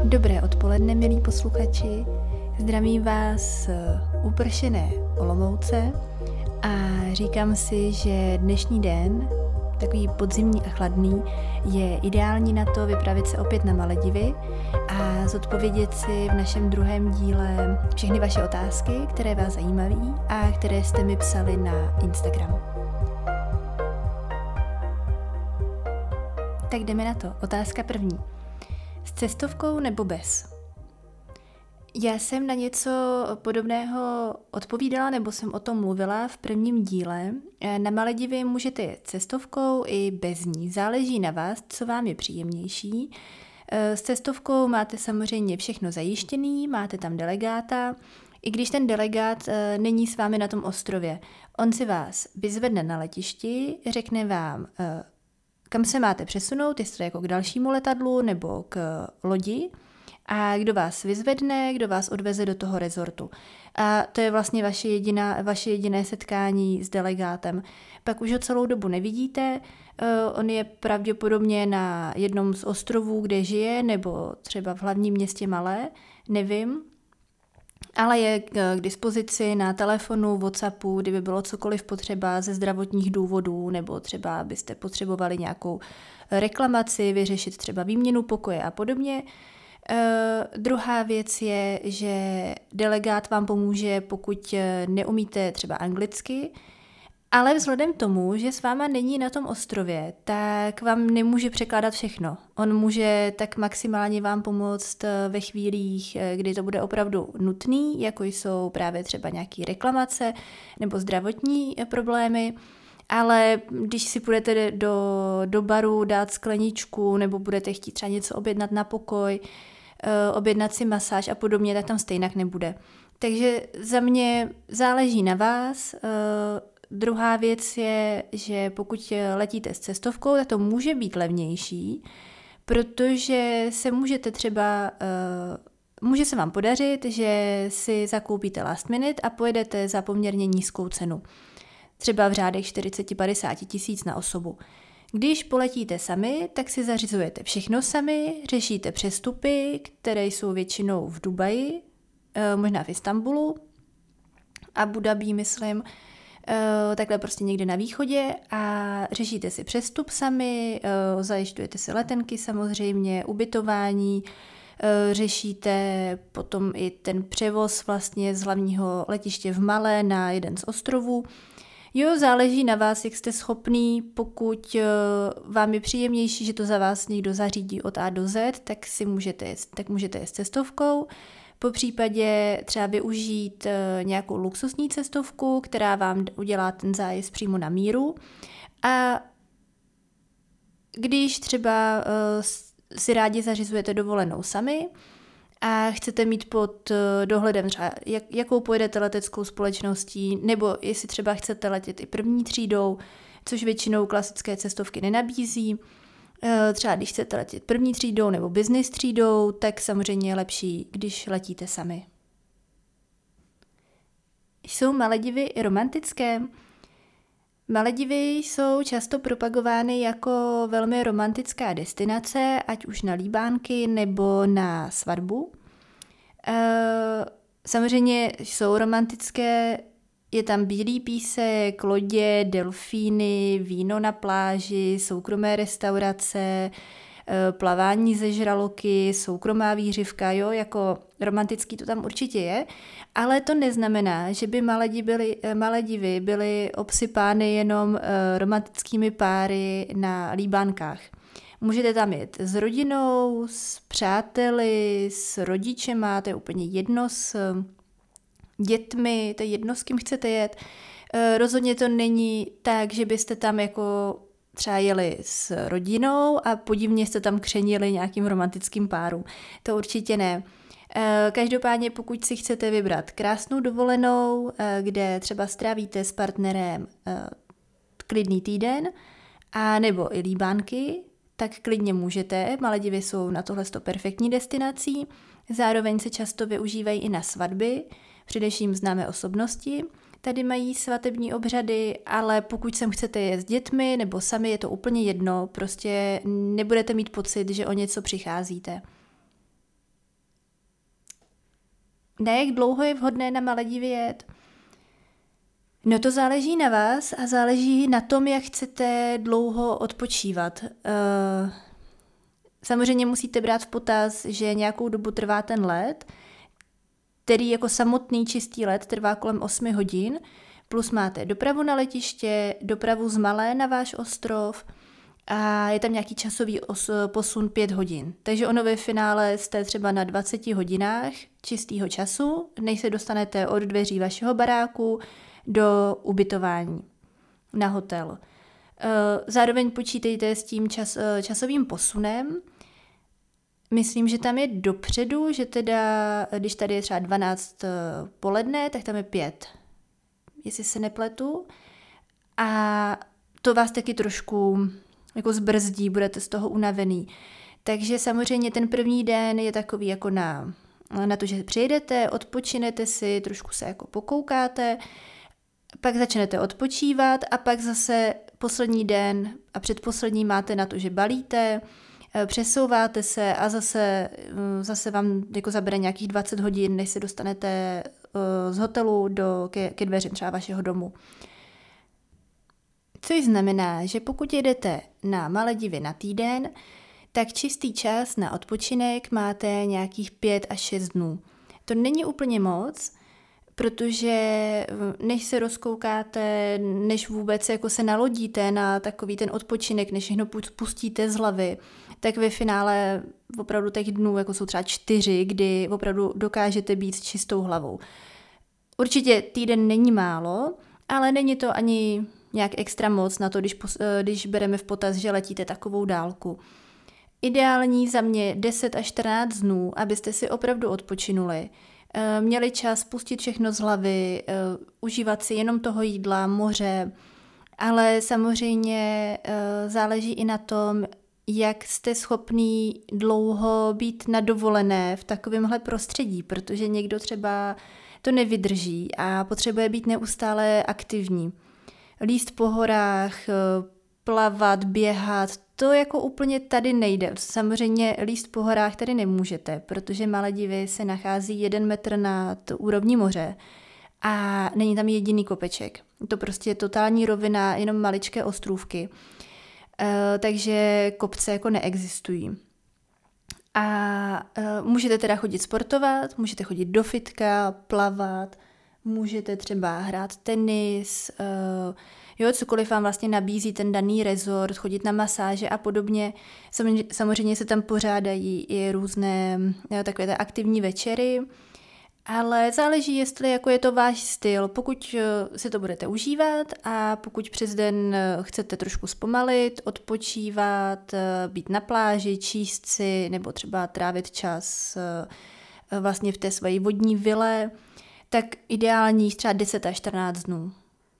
Dobré odpoledne, milí posluchači. Zdravím vás z upršené Olomouce a říkám si, že dnešní den, takový podzimní a chladný, je ideální na to vypravit se opět na Maledivy a zodpovědět si v našem druhém díle všechny vaše otázky, které vás zajímaví a které jste mi psali na Instagramu. Tak jdeme na to. Otázka první. S cestovkou nebo bez? Já jsem na něco podobného odpovídala, nebo jsem o tom mluvila v prvním díle. Na Maledivy můžete jet cestovkou i bez ní. Záleží na vás, co vám je příjemnější. S cestovkou máte samozřejmě všechno zajištěný, máte tam delegáta, i když ten delegát není s vámi na tom ostrově. On si vás vyzvedne na letišti, řekne vám, kam se máte přesunout, jestli jako k dalšímu letadlu nebo k lodi, a kdo vás vyzvedne, kdo vás odveze do toho rezortu. A to je vlastně vaše jediné setkání s delegátem. Pak už ho celou dobu nevidíte, on je pravděpodobně na jednom z ostrovů, kde žije, nebo třeba v hlavním městě Malé, nevím, ale je k dispozici na telefonu, WhatsAppu, kdyby bylo cokoliv potřeba ze zdravotních důvodů, nebo třeba byste potřebovali nějakou reklamaci, vyřešit třeba výměnu pokoje a podobně. Druhá věc je, že delegát vám pomůže, pokud neumíte třeba anglicky, ale vzhledem tomu, že s váma není na tom ostrově, tak vám nemůže překládat všechno. On může tak maximálně vám pomoct ve chvílích, kdy to bude opravdu nutný, jako jsou právě třeba nějaké reklamace nebo zdravotní problémy, ale když si půjdete do baru dát skleničku nebo budete chtít třeba něco objednat na pokoj, objednat si masáž a podobně, tak tam stejnak nebude. Takže za mě záleží na vás. Druhá věc je, že pokud letíte s cestovkou, tak to může být levnější, protože se můžete třeba, může se vám podařit, že si zakoupíte last minute a pojedete za poměrně nízkou cenu. Třeba v řádech 40-50 tisíc na osobu. Když poletíte sami, tak si zařizujete všechno sami, řešíte přestupy, které jsou většinou v Dubaji, možná v Istanbulu, Abu Dhabi, myslím, takhle prostě někde na východě a řešíte si přestup sami, zajišťujete si letenky samozřejmě, ubytování, řešíte potom i ten převoz vlastně z hlavního letiště v Malé na jeden z ostrovů. Jo, záleží na vás, jak jste schopný, pokud vám je příjemnější, že to za vás někdo zařídí od A do Z, tak můžete jet cestovkou. Po případě třeba využít nějakou luxusní cestovku, která vám udělá ten zájezd přímo na míru. A když třeba si rádi zařizujete dovolenou sami a chcete mít pod dohledem třeba, jakou pojedete leteckou společností, nebo jestli třeba chcete letět i první třídou, což většinou klasické cestovky nenabízí. Třeba když chcete letět první třídou nebo business třídou, tak samozřejmě je lepší, když letíte sami. Jsou Maledivy romantické? Maledivy jsou často propagovány jako velmi romantická destinace, ať už na líbánky nebo na svatbu. Samozřejmě jsou romantické, je tam bílý písek, lodě, delfíny, víno na pláži, soukromé restaurace, plavání ze žraloky, soukromá výřivka, jo, jako romantický to tam určitě je, ale to neznamená, že by Maledivy byly obsypány jenom romantickými páry na líbánkách. Můžete tam jet s rodinou, s přáteli, s rodičema, to je úplně jedno, s dětmi, to je jedno, s kým chcete jet. Rozhodně to není tak, že byste tam jako třeba jeli s rodinou a podivně jste tam křenili nějakým romantickým párům. To určitě ne. Každopádně pokud si chcete vybrat krásnou dovolenou, kde třeba strávíte s partnerem klidný týden, a nebo i líbánky, tak klidně můžete. Maledivy jsou na tohle perfektní destinací. Zároveň se často využívají i na svatby, především známé osobnosti. Tady mají svatební obřady, ale pokud sem chcete jet s dětmi nebo sami, je to úplně jedno, prostě nebudete mít pocit, že o něco přicházíte. Na jak dlouho je vhodné na Maledivy jet? No to záleží na vás a záleží na tom, jak chcete dlouho odpočívat. Samozřejmě musíte brát v potaz, že nějakou dobu trvá ten let, který jako samotný čistý let trvá kolem 8 hodin, plus máte dopravu na letiště, dopravu z Malé na váš ostrov a je tam nějaký časový posun 5 hodin. Takže ono ve finále jste třeba na 20 hodinách čistého času, než se dostanete od dveří vašeho baráku do ubytování na hotel. Zároveň počítejte s tím časovým posunem. Myslím, že tam je dopředu, že teda, když tady je třeba 12 poledne, tak tam je 5, jestli se nepletu. A to vás taky trošku jako zbrzdí, budete z toho unavený. Takže samozřejmě ten první den je takový jako na to, že přijedete, odpočinete si, trošku se jako pokoukáte, pak začnete odpočívat a pak zase poslední den a předposlední máte na to, že balíte, přesouváte se a zase vám jako zabere nějakých 20 hodin, než se dostanete z hotelu ke dveřím třeba vašeho domu. Což znamená, že pokud jedete na Maledivy na týden, tak čistý čas na odpočinek máte nějakých 5 až 6 dnů. To není úplně moc, protože než se rozkoukáte, než vůbec jako se nalodíte na takový ten odpočinek, než všechno pustíte z hlavy, tak ve finále opravdu těch dnů jako jsou třeba 4, kdy opravdu dokážete být s čistou hlavou. Určitě týden není málo, ale není to ani nějak extra moc na to, když bereme v potaz, že letíte takovou dálku. Ideální za mě 10 až 14 dnů, abyste si opravdu odpočinuli, měli čas pustit všechno z hlavy, užívat si jenom toho jídla, moře, ale samozřejmě záleží i na tom, jak jste schopný dlouho být na dovolené v takovémhle prostředí, protože někdo třeba to nevydrží a potřebuje být neustále aktivní. Líst po horách, plavat, běhat, to jako úplně tady nejde. Samozřejmě líst po horách tady nemůžete, protože Maledivy se nachází 1 metr nad úrovní moře a není tam jediný kopeček. To prostě je totální rovina, jenom maličké ostrůvky. Takže kopce jako neexistují. A můžete teda chodit sportovat, můžete chodit do fitka, plavat, můžete třeba hrát tenis, cokoliv vám vlastně nabízí ten daný rezort, chodit na masáže a podobně. Samozřejmě se tam pořádají i různé takové té aktivní večery, ale záleží, jestli jako je to váš styl. Pokud si to budete užívat a pokud přes den chcete trošku zpomalit, odpočívat, být na pláži, číst si nebo třeba trávit čas vlastně v té své vodní vile, tak ideální třeba 10 až 14 dnů.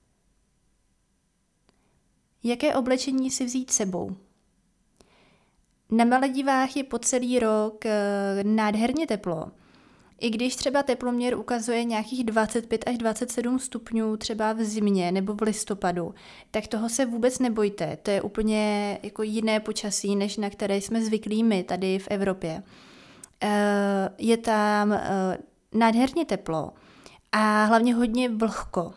Jaké oblečení si vzít sebou? Na Maledivách je po celý rok nádherně teplo. I když třeba teploměr ukazuje nějakých 25 až 27 stupňů třeba v zimě nebo v listopadu, tak toho se vůbec nebojte. To je úplně jako jiné počasí, než na které jsme zvyklí my tady v Evropě. Je tam nádherně teplo a hlavně hodně vlhko.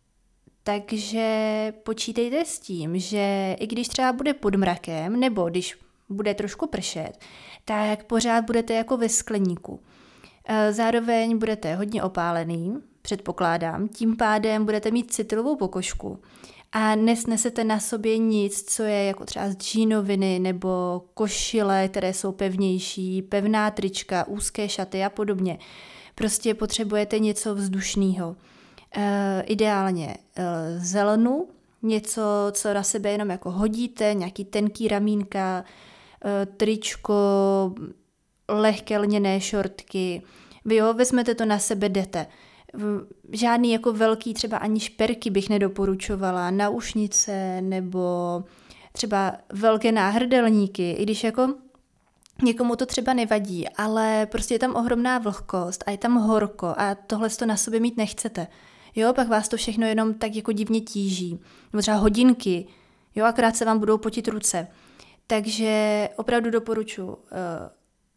Takže počítejte s tím, že i když třeba bude pod mrakem, nebo když bude trošku pršet, tak pořád budete jako ve skleníku. Zároveň budete hodně opálený, předpokládám, tím pádem budete mít citrovou pokožku a nesnesete na sobě nic, co je jako třeba z džínoviny nebo košile, které jsou pevnější, pevná trička, úzké šaty a podobně. Prostě potřebujete něco vzdušného. Ideálně zelenu, něco, co na sebe jenom jako hodíte, nějaký tenký ramínka, tričko, lehké lněné šortky. Vy vezmete to na sebe, jdete. Žádný jako velký třeba ani šperky bych nedoporučovala, naušnice nebo třeba velké náhrdelníky, i když jako někomu to třeba nevadí, ale prostě je tam ohromná vlhkost a je tam horko a tohle to na sobě mít nechcete. Jo, pak vás to všechno jenom tak jako divně tíží. Nebo třeba hodinky, jo, akorát se vám budou potit ruce. Takže opravdu doporučuji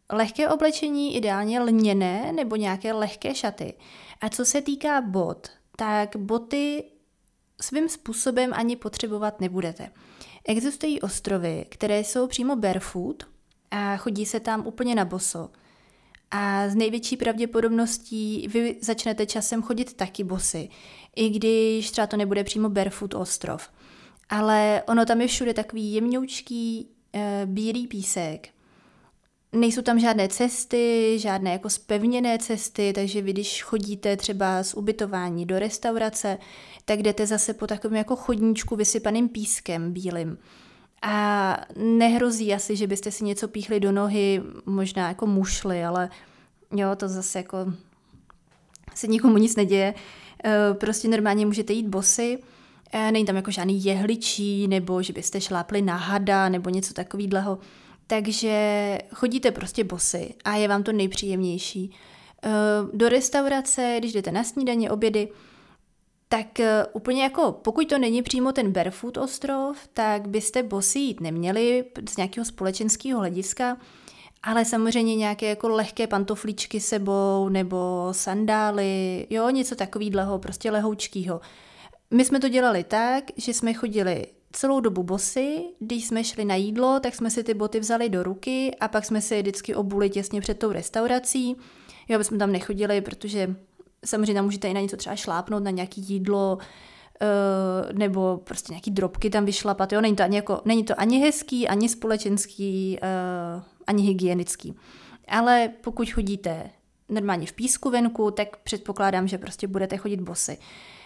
Lehké oblečení, ideálně lněné nebo nějaké lehké šaty. A co se týká bot, tak boty svým způsobem ani potřebovat nebudete. Existují ostrovy, které jsou přímo barefoot a chodí se tam úplně na boso. A z největší pravděpodobností vy začnete časem chodit taky bosy, i když třeba to nebude přímo barefoot ostrov. Ale ono tam je všude takový jemňoučký bílý písek. Nejsou tam žádné cesty, žádné jako zpevněné cesty, takže vy když chodíte třeba z ubytování do restaurace, tak jdete zase po takovém jako chodníčku vysypaným pískem bílým. A nehrozí asi, že byste si něco píchli do nohy, možná jako mušli, ale jo, to zase jako se nikomu nic neděje. Prostě normálně můžete jít bosy, není tam jako žádný jehličí, nebo že byste šlápli na hada, nebo něco takového. Takže chodíte prostě bosy a je vám to nejpříjemnější. Do restaurace, když jdete na snídaně, obědy, tak úplně jako, pokud to není přímo ten barefoot ostrov, tak byste bosy jít neměli z nějakého společenského hlediska, ale samozřejmě nějaké jako lehké pantofličky sebou nebo sandály, jo, něco takového, prostě lehoučkýho. My jsme to dělali tak, že jsme chodili celou dobu bosy, když jsme šli na jídlo, tak jsme si ty boty vzali do ruky a pak jsme si je vždycky obuli těsně před tou restaurací. Jo, aby jsme tam nechodili, protože samozřejmě tam můžete i na něco třeba šlápnout, na nějaké jídlo, nebo prostě nějaký drobky tam vyšlapat. Jo? Není to ani hezký, ani společenský, ani hygienický. Ale pokud chodíte normálně v písku venku, tak předpokládám, že prostě budete chodit bosy.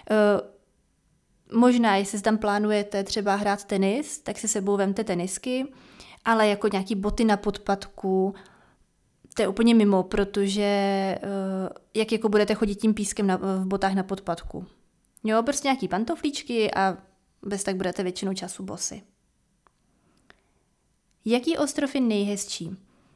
Možná, jestli tam plánujete třeba hrát tenis, tak si sebou vemte tenisky, ale jako nějaký boty na podpatku, to je úplně mimo, protože jak jako budete chodit tím pískem v botách na podpatku. Jo, prostě nějaký pantoflíčky a bez tak budete většinou času bosy. Jaký ostrov je nejhezčí?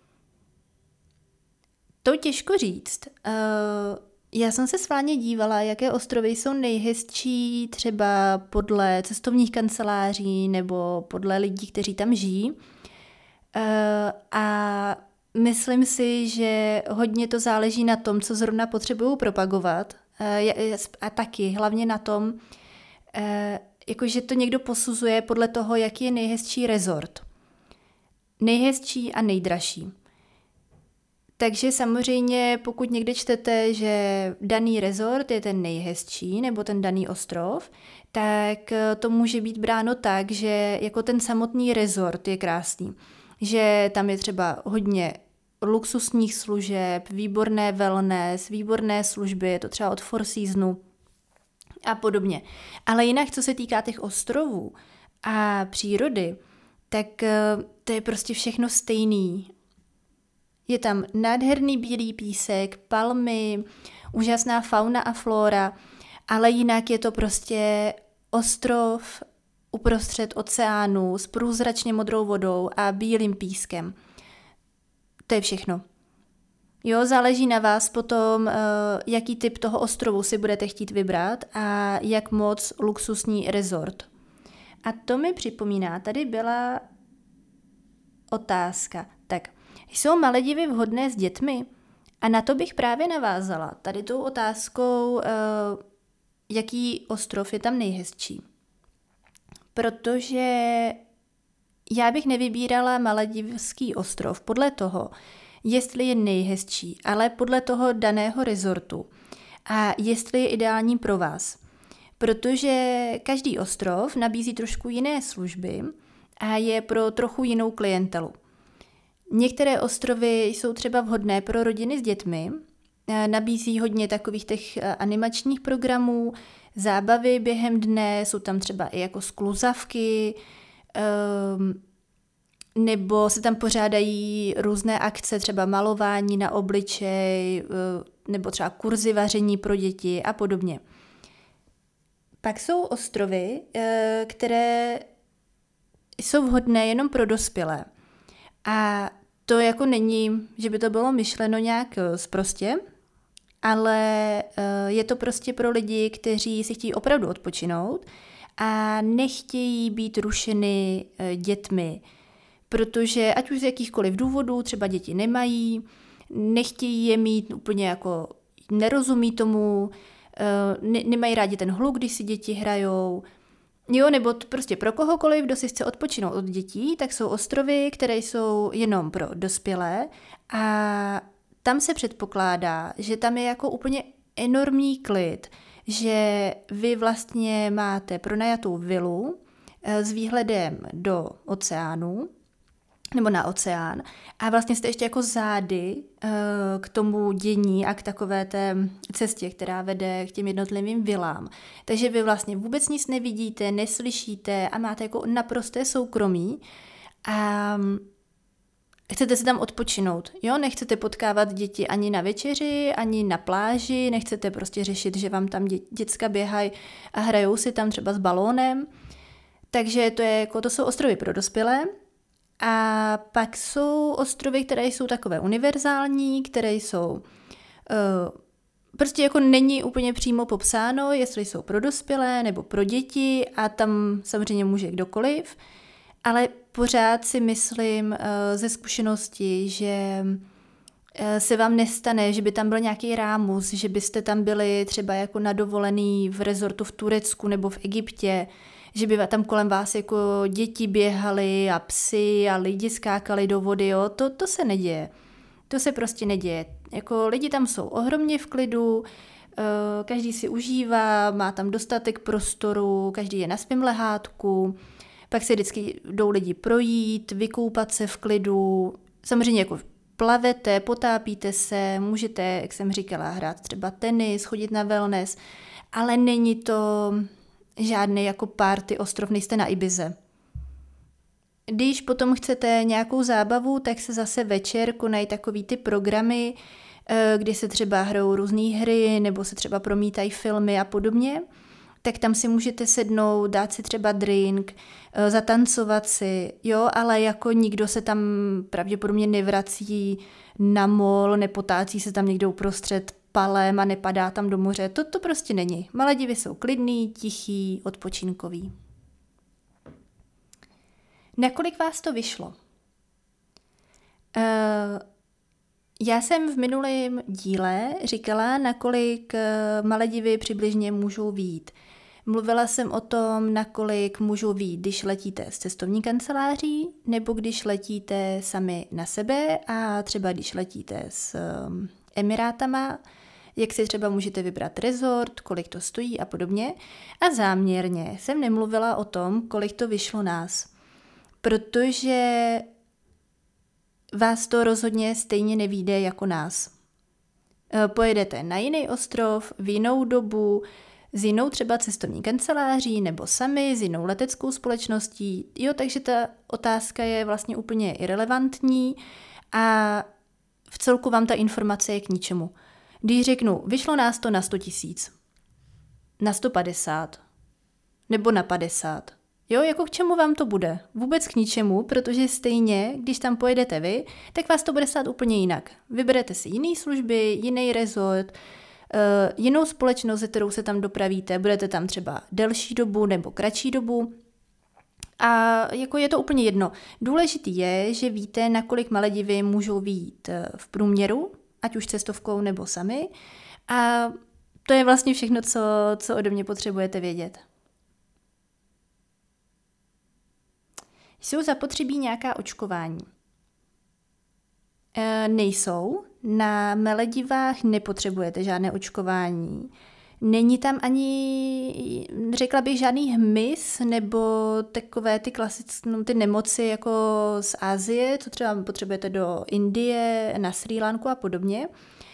To těžko říct. Já jsem se schválně dívala, jaké ostrovy jsou nejhezčí třeba podle cestovních kanceláří nebo podle lidí, kteří tam žijí. A myslím si, že hodně to záleží na tom, co zrovna potřebují propagovat. A taky hlavně na tom, jakože to někdo posuzuje podle toho, jaký je nejhezčí rezort. Nejhezčí a nejdražší. Takže samozřejmě, pokud někde čtete, že daný rezort je ten nejhezčí nebo ten daný ostrov, tak to může být bráno tak, že jako ten samotný rezort je krásný. Že tam je třeba hodně luxusních služeb, výborné wellness, výborné služby, je to třeba od Four Seasonu a podobně. Ale jinak, co se týká těch ostrovů a přírody, tak to je prostě všechno stejný. Je tam nádherný bílý písek, palmy, úžasná fauna a flóra, ale jinak je to prostě ostrov uprostřed oceánu s průzračně modrou vodou a bílým pískem. To je všechno. Jo, záleží na vás potom, jaký typ toho ostrovu si budete chtít vybrat a jak moc luxusní rezort. A to mi připomíná, tady byla otázka. Tak, jsou Maledivy vhodné s dětmi? A na to bych právě navázala. Tady tou otázkou, jaký ostrov je tam nejhezčí. Protože já bych nevybírala Maledivský ostrov podle toho, jestli je nejhezčí, ale podle toho daného rezortu a jestli je ideální pro vás. Protože každý ostrov nabízí trošku jiné služby a je pro trochu jinou klientelu. Některé ostrovy jsou třeba vhodné pro rodiny s dětmi, nabízí hodně takových těch animačních programů, zábavy během dne, jsou tam třeba i jako skluzavky, nebo se tam pořádají různé akce, třeba malování na obličej, nebo třeba kurzy vaření pro děti a podobně. Pak jsou ostrovy, které jsou vhodné jenom pro dospělé. A to jako není, že by to bylo myšleno nějak sprostě, ale je to prostě pro lidi, kteří si chtějí opravdu odpočinout a nechtějí být rušeny dětmi, protože ať už z jakýchkoliv důvodů, třeba děti nemají, nechtějí je mít, úplně jako nerozumí tomu, nemají rádi ten hluk, když si děti hrajou, jo, nebo prostě pro kohokoliv, kdo si chce odpočinout od dětí, tak jsou ostrovy, které jsou jenom pro dospělé a tam se předpokládá, že tam je jako úplně enormní klid, že vy vlastně máte pronajatou vilu s výhledem do oceánu, nebo na oceán a vlastně jste ještě jako zády k tomu dění a k takové té cestě, která vede k těm jednotlivým vilám. Takže vy vlastně vůbec nic nevidíte, neslyšíte a máte jako naprosté soukromí a chcete se tam odpočinout, jo? Nechcete potkávat děti ani na večeři, ani na pláži, nechcete prostě řešit, že vám tam děcka běhají a hrajou si tam třeba s balónem. Takže to jsou ostrovy pro dospělé. A pak jsou ostrovy, které jsou takové univerzální, které jsou prostě jako není úplně přímo popsáno, jestli jsou pro dospělé nebo pro děti a tam samozřejmě může kdokoliv, ale pořád si myslím ze zkušenosti, že se vám nestane, že by tam byl nějaký rámus, že byste tam byli třeba jako na dovolený v rezortu v Turecku nebo v Egyptě, že by tam kolem vás jako děti běhaly a psy a lidi skákali do vody, jo, to se neděje. To se prostě neděje. Jako lidi tam jsou ohromně v klidu, každý si užívá, má tam dostatek prostoru, každý je na svém lehátku, pak se vždycky jdou lidi projít, vykoupat se v klidu, samozřejmě jako plavete, potápíte se, můžete, jak jsem říkala, hrát třeba tenis, chodit na wellness, ale není to žádný jako party ostrov, nejste na Ibize. Když potom chcete nějakou zábavu, tak se zase večer konají takový ty programy, kdy se třeba hrajou různé hry nebo se třeba promítají filmy a podobně, tak tam si můžete sednout, dát si třeba drink, zatancovat si, jo, ale jako nikdo se tam pravděpodobně nevrací na mol, nepotácí se tam někdo uprostřed palem a nepadá tam do moře. To prostě není. Maledivy jsou klidný, tichý, odpočinkový. Nakolik vás to vyšlo? Já jsem v minulém díle říkala, nakolik Maledivy přibližně můžou vyjít. Mluvila jsem o tom, nakolik můžou vyjít, když letíte s cestovní kanceláří, nebo když letíte sami na sebe a třeba když letíte s Emirátama, jak si třeba můžete vybrat rezort, kolik to stojí a podobně. A záměrně jsem nemluvila o tom, kolik to vyšlo nás, protože vás to rozhodně stejně nevyjde jako nás. Pojedete na jiný ostrov, v jinou dobu, s jinou třeba cestovní kanceláří nebo sami, s jinou leteckou společností. Jo, takže ta otázka je vlastně úplně irelevantní a v celku vám ta informace je k ničemu. Když řeknu, vyšlo nás to na 100 000, na 150 nebo na 50, jo, jako k čemu vám to bude? Vůbec k ničemu, protože stejně, když tam pojedete vy, tak vás to bude stát úplně jinak. Vyberete si jiný služby, jiný rezort, jinou společnost, se kterou se tam dopravíte, budete tam třeba delší dobu nebo kratší dobu. A jako je to úplně jedno. Důležitý je, že víte, nakolik Maledivy můžou vyjít v průměru, ať už cestovkou nebo sami. A to je vlastně všechno, co ode mě potřebujete vědět. Jsou zapotřebí nějaká očkování? Nejsou. Na Maledivách nepotřebujete žádné očkování. Není tam ani, řekla bych, žádný hmyz nebo takové ty klasické ty nemoci jako z Asie, co třeba potřebujete do Indie, na Srí Lanku a podobně.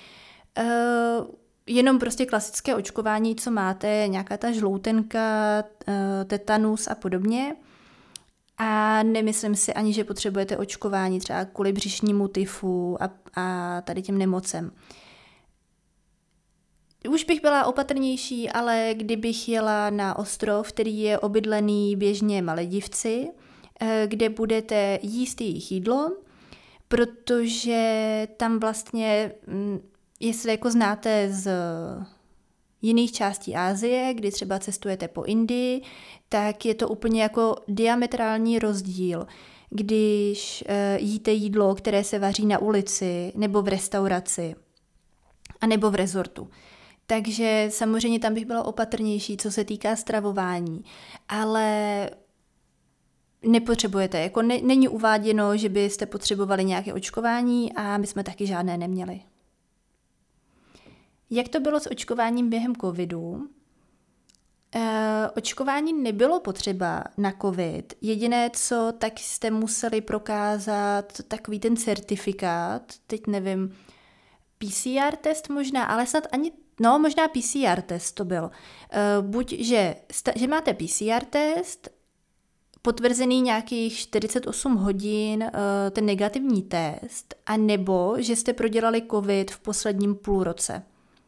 Jenom prostě klasické očkování, co máte, nějaká ta žloutenka, tetanus a podobně. A nemyslím si ani, že potřebujete očkování třeba kvůli břišnímu tyfu a tady těm nemocem. Už bych byla opatrnější, ale kdybych jela na ostrov, který je obydlený běžně Maledivci, kde budete jíst jejich jídlo, protože tam vlastně, jestli jako znáte z jiných částí Asie, kdy třeba cestujete po Indii, tak je to úplně jako diametrální rozdíl. když jíte jídlo, které se vaří na ulici nebo v restauraci a nebo v rezortu. Takže samozřejmě tam bych byla opatrnější, co se týká stravování, ale nepotřebujete, jako není uváděno, že byste potřebovali nějaké očkování a my jsme taky žádné neměli. Jak to bylo s očkováním během covidu? Očkování nebylo potřeba na covid. Jediné, co tak jste museli prokázat, takový ten certifikát, teď nevím, PCR test možná, ale snad ani, možná PCR test to byl. Buď, že máte PCR test, potvrzený nějakých 48 hodin ten negativní test, a nebo že jste prodělali covid v posledním půlroce.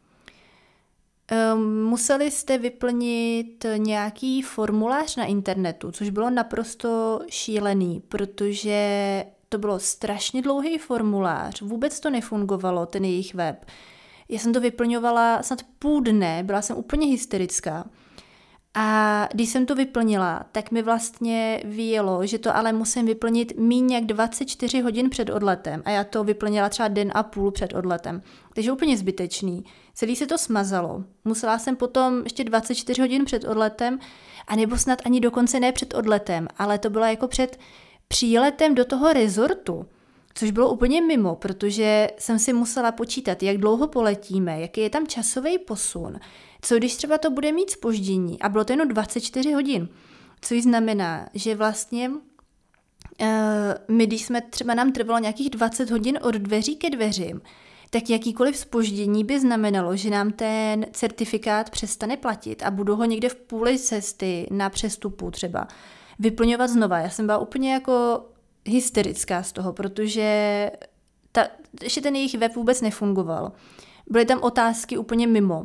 Museli jste vyplnit nějaký formulář na internetu, což bylo naprosto šílený, protože to bylo strašně dlouhý formulář, vůbec to nefungovalo, ten jejich web. Já jsem to vyplňovala snad půl dne, byla jsem úplně hysterická. A když jsem to vyplnila, tak mi vlastně vyjelo, že to ale musím vyplnit míň jak 24 hodin před odletem. A já to vyplnila třeba den a půl před odletem. Takže úplně zbytečný. Celý se to smazalo. Musela jsem potom ještě 24 hodin před odletem, anebo snad ani dokonce ne před odletem, ale to bylo jako před příletem do toho rezortu. Což bylo úplně mimo, protože jsem si musela počítat, jak dlouho poletíme, jaký je tam časový posun, co když třeba to bude mít zpoždění. A bylo to jenom 24 hodin, což znamená, že vlastně my, když jsme třeba nám trvalo nějakých 20 hodin od dveří ke dveřím, tak jakýkoliv zpoždění by znamenalo, že nám ten certifikát přestane platit a budu ho někde v půli cesty na přestupu třeba vyplňovat znova. Já jsem byla úplně jako hysterická z toho, protože ještě ten jejich web vůbec nefungoval. Byly tam otázky úplně mimo.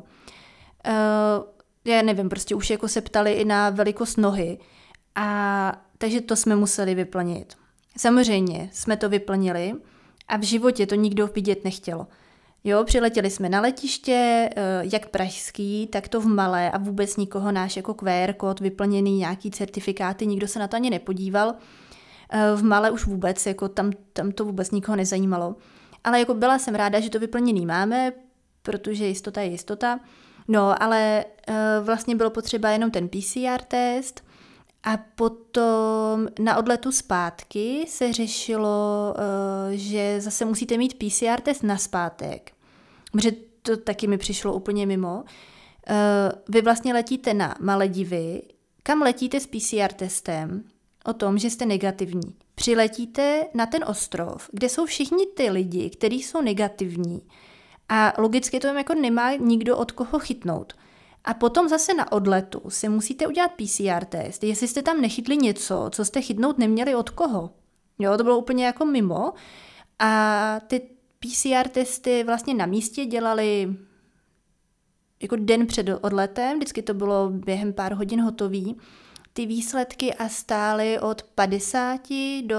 Já nevím, prostě už jako se ptali i na velikost nohy. Takže to jsme museli vyplnit. Samozřejmě jsme to vyplnili a v životě to nikdo vidět nechtěl. Jo, přiletěli jsme na letiště, jak pražský, tak to v Malé a vůbec nikoho náš jako QR kód vyplněný, nějaký certifikáty, nikdo se na to ani nepodíval. V Malé už vůbec, jako tam to vůbec nikoho nezajímalo. Ale jako byla jsem ráda, že to vyplněný máme, protože jistota je jistota. No, ale vlastně bylo potřeba jenom ten PCR test a potom na odletu zpátky se řešilo, že zase musíte mít PCR test nazpátek. Protože to taky mi přišlo úplně mimo. Vy vlastně letíte na Maledivy, kam letíte s PCR testem, o tom, že jste negativní. Přiletíte na ten ostrov, kde jsou všichni ty lidi, kteří jsou negativní. A logicky to jako nemá nikdo od koho chytnout. A potom zase na odletu si musíte udělat PCR test, jestli jste tam nechytli něco, co jste chytnout neměli od koho. Jo, to bylo úplně jako mimo. A ty PCR testy vlastně na místě dělali jako den před odletem, vždycky to bylo během pár hodin hotový. Ty výsledky a stály od 50 do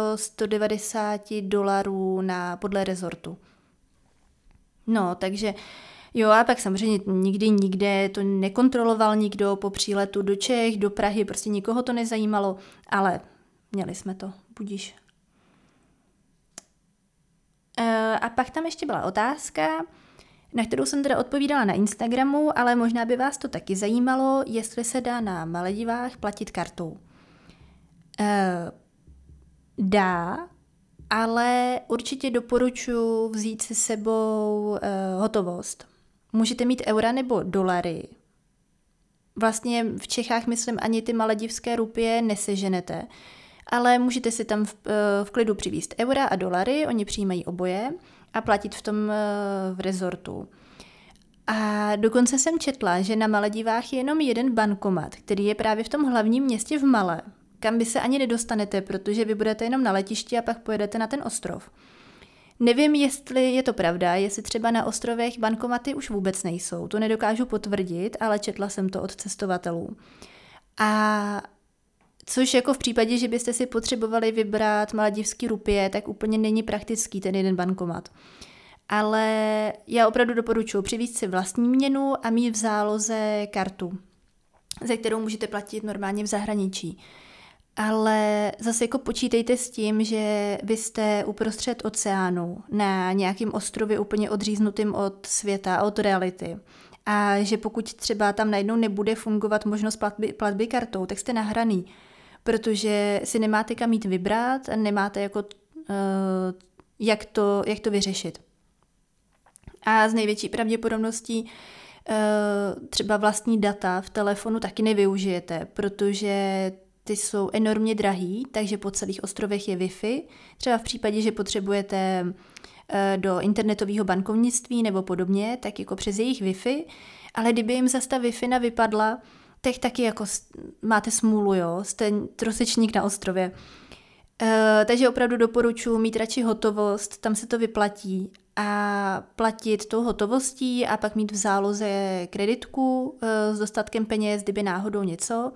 $190 podle rezortu. No, takže jo, a pak samozřejmě nikde to nekontroloval nikdo po příletu do Čech, do Prahy, prostě nikoho to nezajímalo, ale měli jsme to, budíš. A pak tam ještě byla otázka, na kterou jsem teda odpovídala na Instagramu, ale možná by vás to taky zajímalo, jestli se dá na Maledivách platit kartou. Dá, ale určitě doporučuji vzít si sebou hotovost. Můžete mít eura nebo dolary. Vlastně v Čechách, myslím, ani ty maledivské rupie neseženete, ale můžete si tam v klidu přivízt eura a dolary, oni přijímají oboje a platit v tom v rezortu. A dokonce jsem četla, že na Maledivách je jenom jeden bankomat, který je právě v tom hlavním městě v Malé, kam vy se ani nedostanete, protože vy budete jenom na letišti a pak pojedete na ten ostrov. Nevím, jestli je to pravda, jestli třeba na ostrovech bankomaty už vůbec nejsou, to nedokážu potvrdit, ale četla jsem to od cestovatelů. A což jako v případě, že byste si potřebovali vybrat maledivský rupie, tak úplně není praktický ten jeden bankomat. Ale já opravdu doporučuji přivízt si vlastní měnu a mít v záloze kartu, ze kterou můžete platit normálně v zahraničí. ale zase jako počítejte s tím, že vy jste uprostřed oceánu na nějakém ostrově úplně odříznutým od světa, od reality. A že pokud třeba tam najednou nebude fungovat možnost platby kartou, tak jste nahraný, protože si nemáte kam jít vybrat, nemáte jako, jak to vyřešit. A z největší pravděpodobností třeba vlastní data v telefonu taky nevyužijete, protože ty jsou enormně drahý, takže po celých ostrovech je Wi-Fi. Třeba v případě, že potřebujete do internetového bankovnictví nebo podobně, tak jako přes jejich Wi-Fi, ale kdyby jim zase ta Wi-Fi vypadla, tak taky jako máte smůlu, jo, jste trosečník na ostrově. Takže opravdu doporučuji mít radši hotovost, tam se to vyplatí a platit tou hotovostí a pak mít v záloze kreditku s dostatkem peněz, kdyby náhodou něco.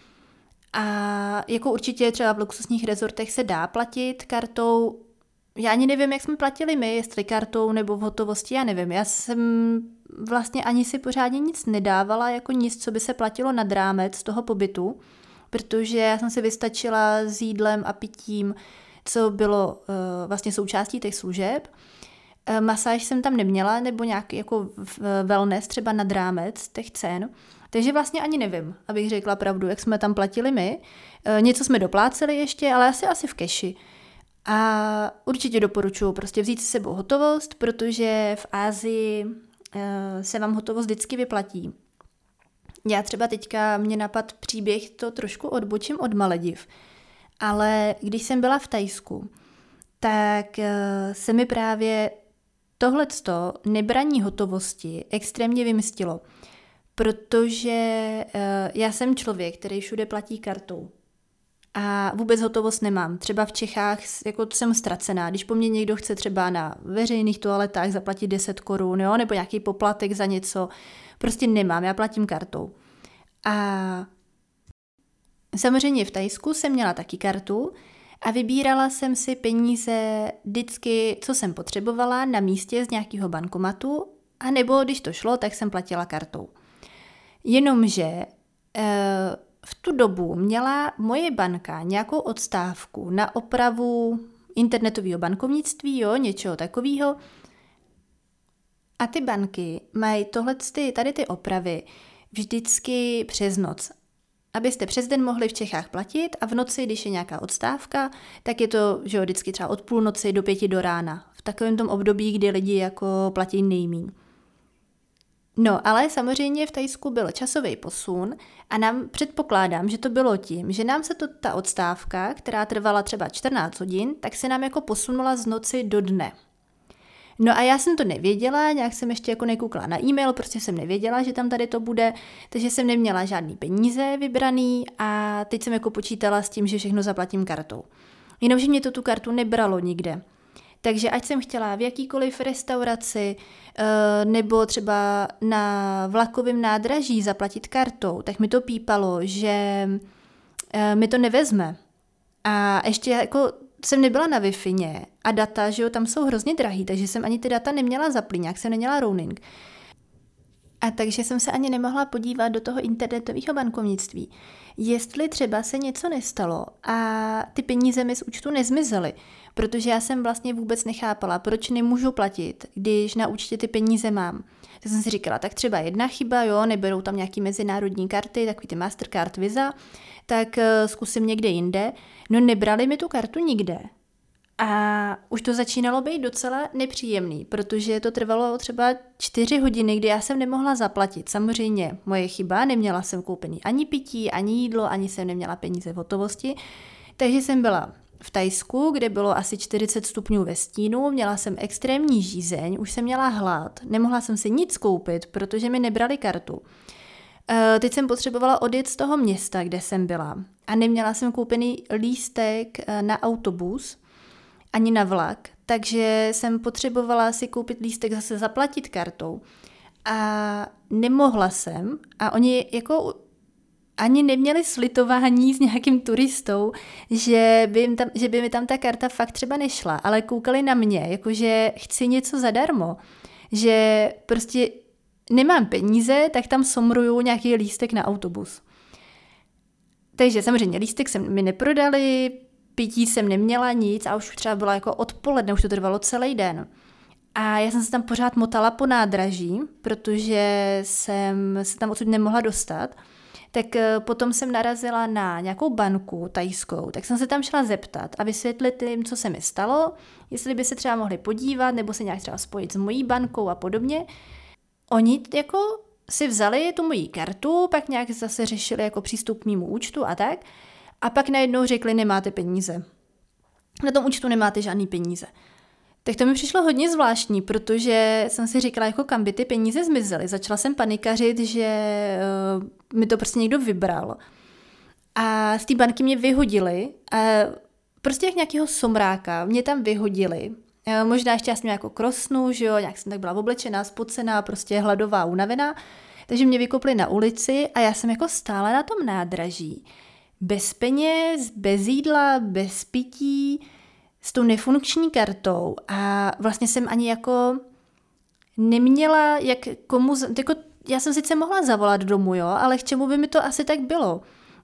A jako určitě třeba v luxusních rezortech se dá platit kartou. Já ani nevím, jak jsme platili my, jestli kartou nebo v hotovosti, já nevím. Já jsem vlastně ani si pořádně nic nedávala, jako nic, co by se platilo nad rámec toho pobytu, protože já jsem si vystačila s jídlem a pitím, co bylo vlastně součástí těch služeb. Masáž jsem tam neměla, nebo nějaký jako wellness třeba nad rámec těch cen. Takže vlastně ani nevím, abych řekla pravdu, jak jsme tam platili my. Něco jsme dopláceli ještě, ale asi v keši. A určitě doporučuji prostě vzít si sebou hotovost, protože v Asii se vám hotovost vždycky vyplatí. Já třeba teďka mě napad příběh, to trošku odbočím od Malediv, ale když jsem byla v Thajsku, tak se mi právě tohleto nebraní hotovosti extrémně vymstilo, protože já jsem člověk, který všude platí kartou a vůbec hotovost nemám. Třeba v Čechách jako jsem ztracená, když po mně někdo chce třeba na veřejných toaletách zaplatit 10 korun, jo, nebo nějaký poplatek za něco, prostě nemám, já platím kartou. A samozřejmě v Thajsku jsem měla taky kartu a vybírala jsem si peníze vždycky, co jsem potřebovala na místě z nějakého bankomatu, a nebo když to šlo, tak jsem platila kartou. Jenomže v tu dobu měla moje banka nějakou odstávku na opravu internetového bankovnictví, jo, něčeho takového. A ty banky mají tady ty opravy vždycky přes noc. Abyste přes den mohli v Čechách platit a v noci, když je nějaká odstávka, tak je to, že jo, vždycky třeba od půlnoci do 5 do rána. V takovém tom období, kdy lidi jako platí nejmíň. No, ale samozřejmě v Thajsku byl časový posun a nám předpokládám, že to bylo tím, že nám se ta odstávka, která trvala třeba 14 hodin, tak se nám jako posunula z noci do dne. No a já jsem to nevěděla, nějak jsem ještě jako nekoukala na e-mail, prostě jsem nevěděla, že tam tady to bude, takže jsem neměla žádný peníze vybraný a teď jsem jako počítala s tím, že všechno zaplatím kartou. Jenomže mě to tu kartu nebralo nikde. Takže ať jsem chtěla v jakýkoliv restauraci nebo třeba na vlakovém nádraží zaplatit kartou, tak mi to pípalo, že mi to nevezme. A ještě jako jsem nebyla na Wi-Fi a data, že jo, tam jsou hrozně drahý, takže jsem ani ty data neměla zaplý, nějak jsem neměla roaming. A takže jsem se ani nemohla podívat do toho internetového bankovnictví, jestli třeba se něco nestalo a ty peníze mi z účtu nezmizely, protože já jsem vlastně vůbec nechápala, proč nemůžu platit, když na účtě ty peníze mám. Tak jsem si říkala, tak třeba jedna chyba, jo, neberou tam nějaký mezinárodní karty, takový ty Mastercard, Visa, tak zkusím někde jinde. No nebrali mi tu kartu nikde. A už to začínalo být docela nepříjemný, protože to trvalo třeba 4 hodiny, kdy já jsem nemohla zaplatit. Samozřejmě moje chyba, neměla jsem koupený ani pití, ani jídlo, ani jsem neměla peníze v hotovosti. Takže jsem byla v Thajsku, kde bylo asi 40 stupňů ve stínu, měla jsem extrémní žízeň, už jsem měla hlad, nemohla jsem si nic koupit, protože mi nebrali kartu. Teď jsem potřebovala odjet z toho města, kde jsem byla a neměla jsem koupený lístek na autobus, ani na vlak, takže jsem potřebovala si koupit lístek, zase zaplatit kartou a nemohla jsem a oni jako ani neměli slitování s nějakým turistou, že by mi tam ta karta fakt třeba nešla, ale koukali na mě, jakože chci něco zadarmo, že prostě nemám peníze, tak tam somruju nějaký lístek na autobus. Takže samozřejmě lístek jsem mi neprodali, pití jsem neměla nic a už třeba bylo jako odpoledne, už to trvalo celý den. A já jsem se tam pořád motala po nádraží, protože jsem se tam odsud nemohla dostat. Tak potom jsem narazila na nějakou banku tajskou, tak jsem se tam šla zeptat a vysvětlit jim, co se mi stalo, jestli by se třeba mohli podívat nebo se nějak třeba spojit s mojí bankou a podobně. Oni jako si vzali tu moji kartu, pak nějak zase řešili jako přístup k mému účtu a tak. A pak najednou řekli, nemáte peníze. Na tom účtu nemáte žádný peníze. Tak to mi přišlo hodně zvláštní, protože jsem si říkala, jako kam by ty peníze zmizely. Začala jsem panikařit, že mi to prostě někdo vybral. A z té banky mě vyhodili. A prostě jak nějakého somráka mě tam vyhodili. Možná ještě já jsem jako krosnu, že jo, nějak jsem tak byla oblečená, spocená, prostě hladová, unavená. Takže mě vykopli na ulici a já jsem jako stála na tom nádraží. Bez peněz, bez jídla, bez pití, s tou nefunkční kartou a vlastně jsem ani jako neměla jak komu, jako já jsem sice mohla zavolat domů, jo, ale k čemu by mi to asi tak bylo.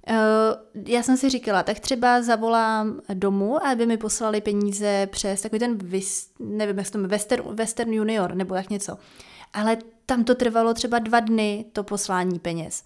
Já jsem si říkala, tak třeba zavolám domů, aby mi poslali peníze přes takový ten, nevím, jak se to jmenuje, Western Junior nebo jak něco. Ale tam to trvalo třeba 2 dny, to poslání peněz.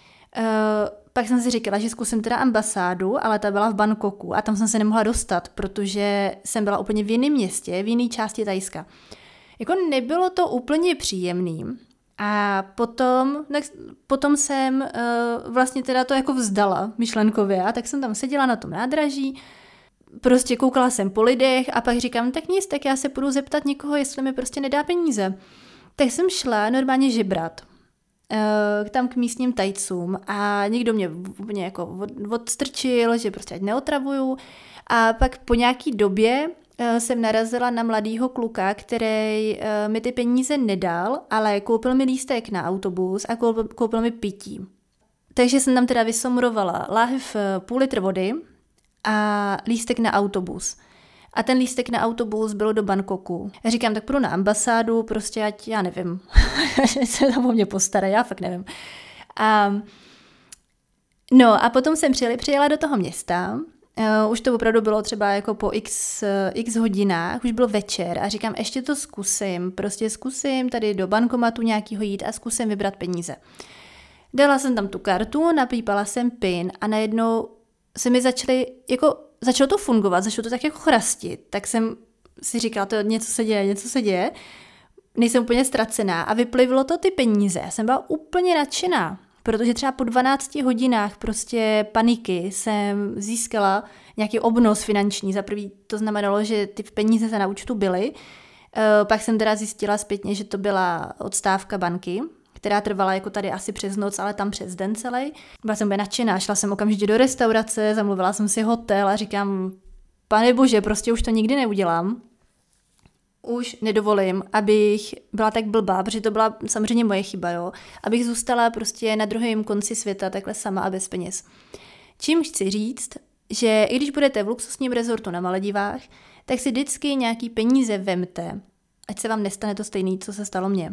Pak jsem si říkala, že zkusím teda ambasádu, ale ta byla v Bangkoku a tam jsem se nemohla dostat, protože jsem byla úplně v jiném městě, v jiné části Thajska. Jako nebylo to úplně příjemný a potom jsem vlastně teda to jako vzdala myšlenkově a tak jsem tam seděla na tom nádraží, prostě koukala jsem po lidech a pak říkám, tak nic, tak já se půjdu zeptat někoho, jestli mi prostě nedá peníze. Tak jsem šla normálně žebrat. Tam k místním Tajcům a někdo mě jako odstrčil, že prostě ať neotravuju a pak po nějaký době jsem narazila na mladýho kluka, který mi ty peníze nedal, ale koupil mi lístek na autobus a koupil mi pití. Takže jsem tam teda vysomrovala láhev půl litr vody a lístek na autobus. A ten lístek na autobus byl do Bangkoku. Já říkám, tak půjdu na ambasádu, prostě ať, já nevím, se tam o mě postarají, já fakt nevím. No a potom jsem přijela do toho města, už to opravdu bylo třeba jako po x hodinách, už byl večer a říkám, ještě to zkusím tady do bankomatu nějakýho jít a zkusím vybrat peníze. Dala jsem tam tu kartu, napípala jsem PIN a najednou se mi začalo to fungovat, začalo to tak jako chrastit, tak jsem si říkala, to něco se děje, nejsem úplně ztracená a vyplivlo to ty peníze. Já jsem byla úplně nadšená, protože třeba po 12 hodinách prostě paniky jsem získala nějaký obnos finanční. Za prvý to znamenalo, že ty peníze se na účtu byly, pak jsem teda zjistila zpětně, že to byla odstávka banky, která trvala jako tady asi přes noc, ale tam přes den celý. Byla jsem nadšená, šla jsem okamžitě do restaurace, zamluvila jsem si hotel a říkám, pane bože, prostě už to nikdy neudělám. Už nedovolím, abych byla tak blbá, protože to byla samozřejmě moje chyba, jo. Abych zůstala prostě na druhém konci světa takhle sama a bez peněz. Čím chci říct, že i když budete v luxusním rezortu na Maledivách, tak si vždycky nějaký peníze vemte, ať se vám nestane to stejné, co se stalo mně.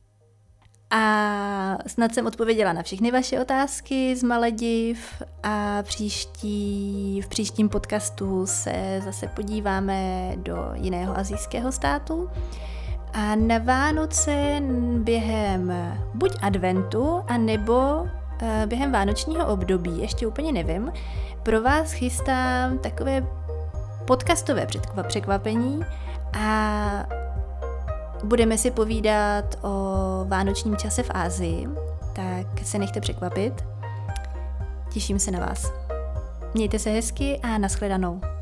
A snad jsem odpověděla na všechny vaše otázky z Malediv a v příštím podcastu se zase podíváme do jiného asijského státu. A na Vánoce během buď adventu, anebo během vánočního období, ještě úplně nevím, pro vás chystám takové podcastové překvapení a budeme si povídat o vánočním čase v Asii, tak se nechte překvapit. Těším se na vás. Mějte se hezky a nashledanou.